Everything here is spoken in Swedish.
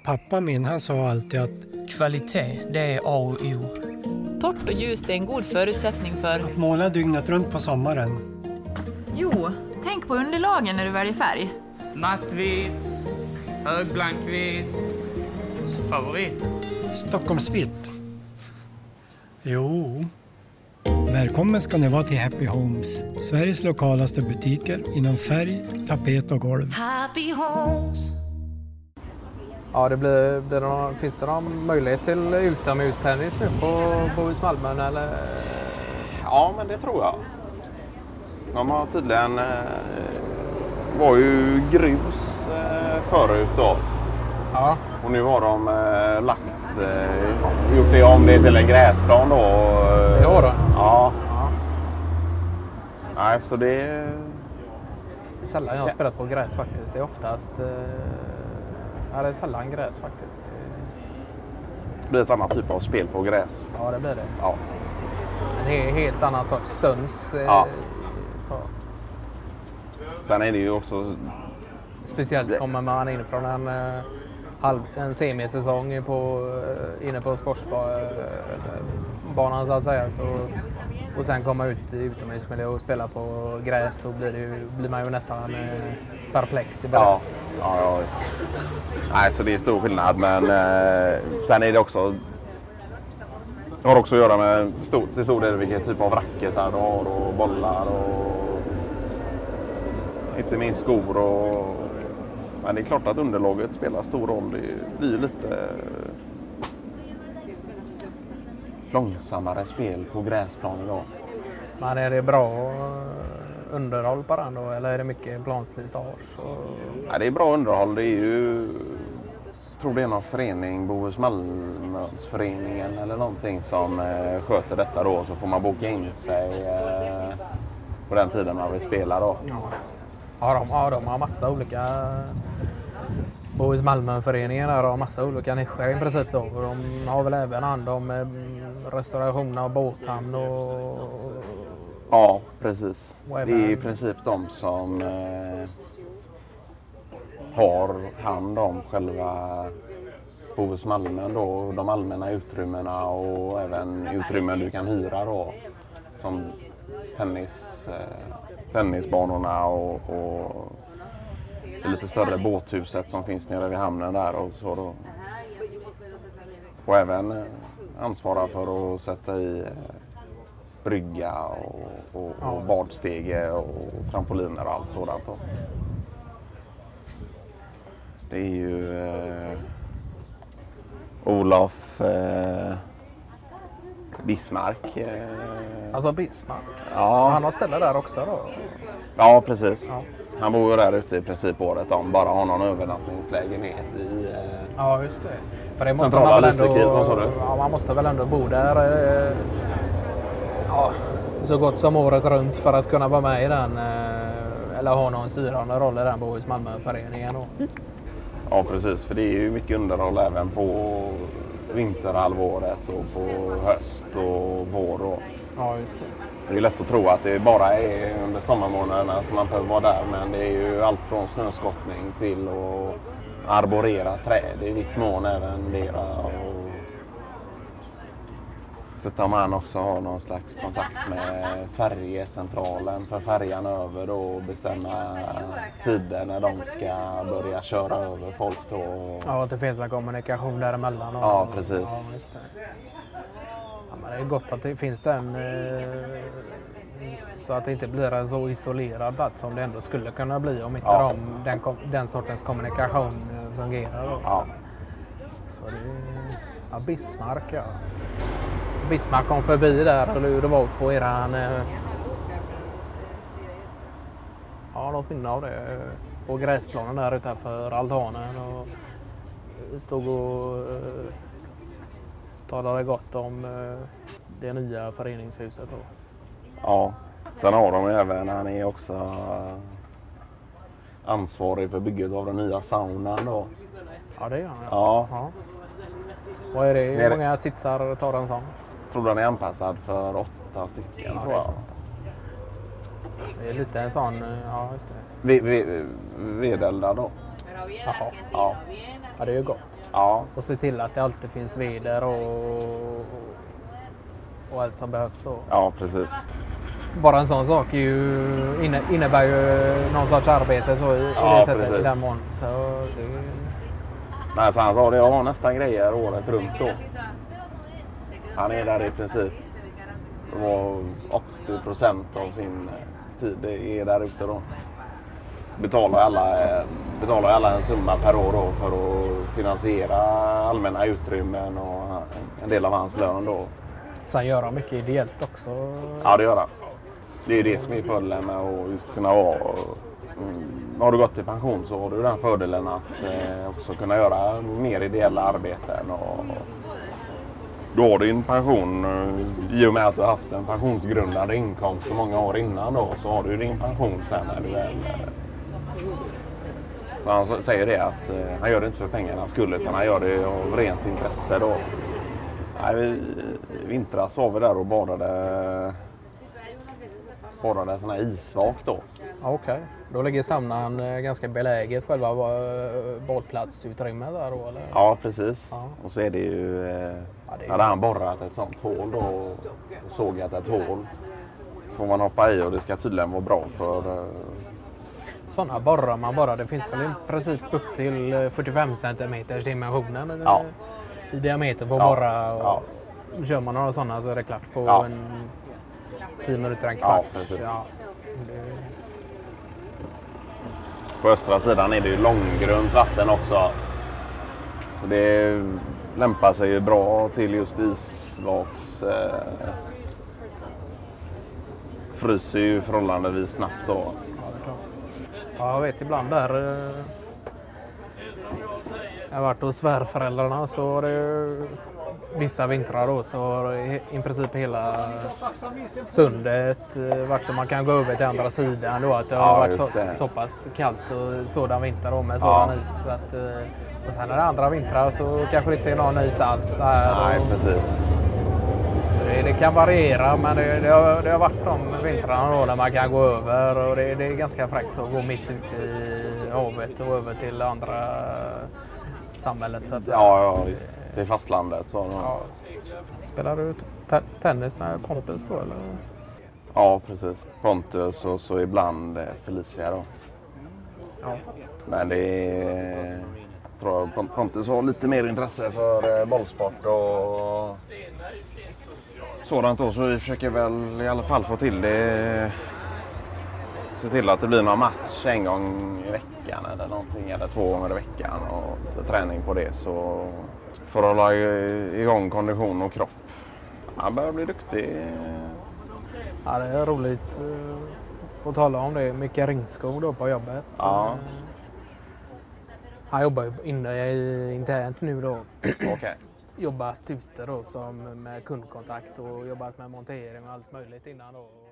Pappa min, han sa alltid att kvalitet, det är A och O. Torrt och ljust är en god förutsättning för att måla dygnet runt på sommaren. Jo, tänk på underlagen när du väljer färg. Mattvit, högblankvit och så favorit. Stockholmsvitt. Jo. Välkommen ska ni vara till Happy Homes. Sveriges lokalaste butiker inom färg, tapet och golv. Happy Homes. Ja, finns det någon möjlighet till utomhustennis nu på Bohus Malmön eller? Ja, men det tror jag. De har tydligen var ju grus förut då. Ja. Och nu har de gjort det om det till en gräsplan då. Det har de? Ja. Nej, så det är sällan jag har spelat på gräs faktiskt. Det är oftast det är sällan gräs faktiskt. Det blir ett annat typ av spel på gräs. Ja, det blir det. Ja. En helt annan sorts stunds. Ja. Så. Sen är det ju också... Speciellt kommer man in från en semisäsong inne på sportsbanan så att säga. Och sen komma ut i utomhusmiljö och spela på gräs, då blir man ju nästan perplex i början. Ja, visst. Nej, så det är stor skillnad, men sen är det också... Det har också att göra med till stor del vilken typ av racketar du har och bollar och inte minst skor och... Men det är klart att underlaget spelar stor roll. Det blir lite långsammare spel på gräsplan idag. Men är det bra underhåll på den då, eller är det mycket planslitage? Ja, det är bra underhåll. Det är ju... Jag tror det är någon förening, Bohus Malmönsföreningen eller någonting som sköter detta då. Så får man boka in sig på den tiden man vill spela då. Ja, de har massa olika... Bohus Malmöföreningen har massa olika nischer i princip då. De har väl även hand om restaurationer och båthamn och... Ja, precis. Och det är i princip de som har hand om själva Bohus Malmön då. De allmänna utrymmena och även utrymmen du kan hyra då. Som tennisbanorna och det lite större båthuset som finns nere vid hamnen där och så då. Och även ansvara för att sätta i brygga och badstege och trampoliner och allt sådant då. Det är ju Olof Bismarck. Alltså Bismarck? Ja. Han har ställe där också då? Ja, precis. Ja. Han bor ju där ute i princip året om. Bara har någon övernattningslägenhet i ja, just det. För det måste centrala man väl Lysekil, vad sa du? Ja, man måste väl ändå bo där så gott som året runt för att kunna vara med i den eller ha någon styrande roll i den Bohus Malmöföreningen. Ja, precis. För det är ju mycket underhåll även på vinterhalvåret och på höst och vår. Och... Ja, just det. Det är lätt att tro att det bara är under sommarmånaderna som man behöver vara där, men det är ju allt från snöskottning till att arborera träd i viss mån även dera. Så om man också har någon slags kontakt med färjecentralen för färjan över då och bestämma tider när de ska börja köra över folk då. Ja, att det finns en kommunikation däremellan. Ja, precis. Ja, just det. Ja, men det är gott att det finns den så att det inte blir en så isolerad plats som det ändå skulle kunna bli om inte den sortens kommunikation fungerar också. Ja. Så det Bismarck, ja. Bismarck kom förbi där och lurade var på eran något minne av det på gräsplanen där utanför altanen och stod och talade gott om det nya föreningshuset då. Ja, sen har de även, han är också ansvarig för bygget av den nya saunan då. Ja, det är han. Ja. Vad är det? Hur många sitsar tar en sån? Jag tror den är anpassad för 8 stycken, tror jag. Det är lite en sån, ja just det. Vedeldad då? Jaha. Ja. Ja, det är ju gott. Ja, Och se till att det alltid finns veder och allt som behövs då. ja precis. Bara en sån sak är ju, innebär ju någon sorts arbete så i Ja, det sättet, precis. i den mån. Så det, Nej, så han sa det, jag har nästan grejer året runt då. Han är där i princip. Och 80% av sin tid är där ute då. Betalar alla en summa per år då för att finansiera allmänna utrymmen och en del av hans lön då. sen göra mycket ideellt också. Ja, det gör han. Det är det som är fördelen med att just kunna vara... Har du gått i pension så har du den fördelen att också kunna göra mer ideella arbeten. Och då har du din pension, i och med att du har haft en pensionsgrundande inkomst så många år innan då, så har du din pension sen när du väl... Så han säger det att han gör det inte för pengarna skull utan han gör det av rent intresse då. Nej, vintras var vi där och badade sån här isvak då. Ja, okej. Då ligger saunan ganska beläget själva badplatsutrymmet där då, eller? Ja, precis. Ja. Och så är det ju... det är hade han borrat ett sånt hål då och sågat ett hål. Får man hoppa i och det ska tydligen vara bra för... Sådana borrar man bara. Det finns väl i princip upp till 45 cm dimensionen Ja. i diameter på Ja. borra. Och Ja. kör man några sådana så är det klart på Ja. en 10 minuter, en kvart. Ja, precis. Ja. På östra sidan är det ju långgrunt vatten också. Och det lämpar sig ju bra till just isvaks... fryser ju förhållandevis snabbt då. Ja, det är klart. Ja, jag vet ibland där. Jag har varit hos svärföräldrarna så var det vissa vintrar då så har i princip hela sundet varit så man kan gå över till andra sidan då. Att det har varit så pass kallt och sådan vinter då med sådan is. Att, och sen är det andra vintrar så kanske det inte är någon is alls här. Nej, precis. Så det kan variera men det har varit de vintrarna då när man kan gå över och det är ganska fräckt att gå mitt ut i havet och över till andra samhället så att säga. Ja, visst. Det är fastlandet. Så. Ja. Spelar du tennis med Pontus då eller? Ja, precis. Pontus och så ibland Felicia då. Ja. Men det är... Jag tror Pontus har lite mer intresse för bollsport och sådant då. Så vi försöker väl i alla fall få till det. Se till att det blir någon match en gång i veckan eller någonting. Eller 2 gånger i veckan och lite träning på det. Så för att hålla igång kondition och kropp. Han börjar bli duktig. Ja, det är roligt att tala om det. Mycket ringskor då på jobbet. Ja. Han jobbar ju internt nu då. Okej. Jobbat ute då som med kundkontakt och jobbat med montering och allt möjligt innan då.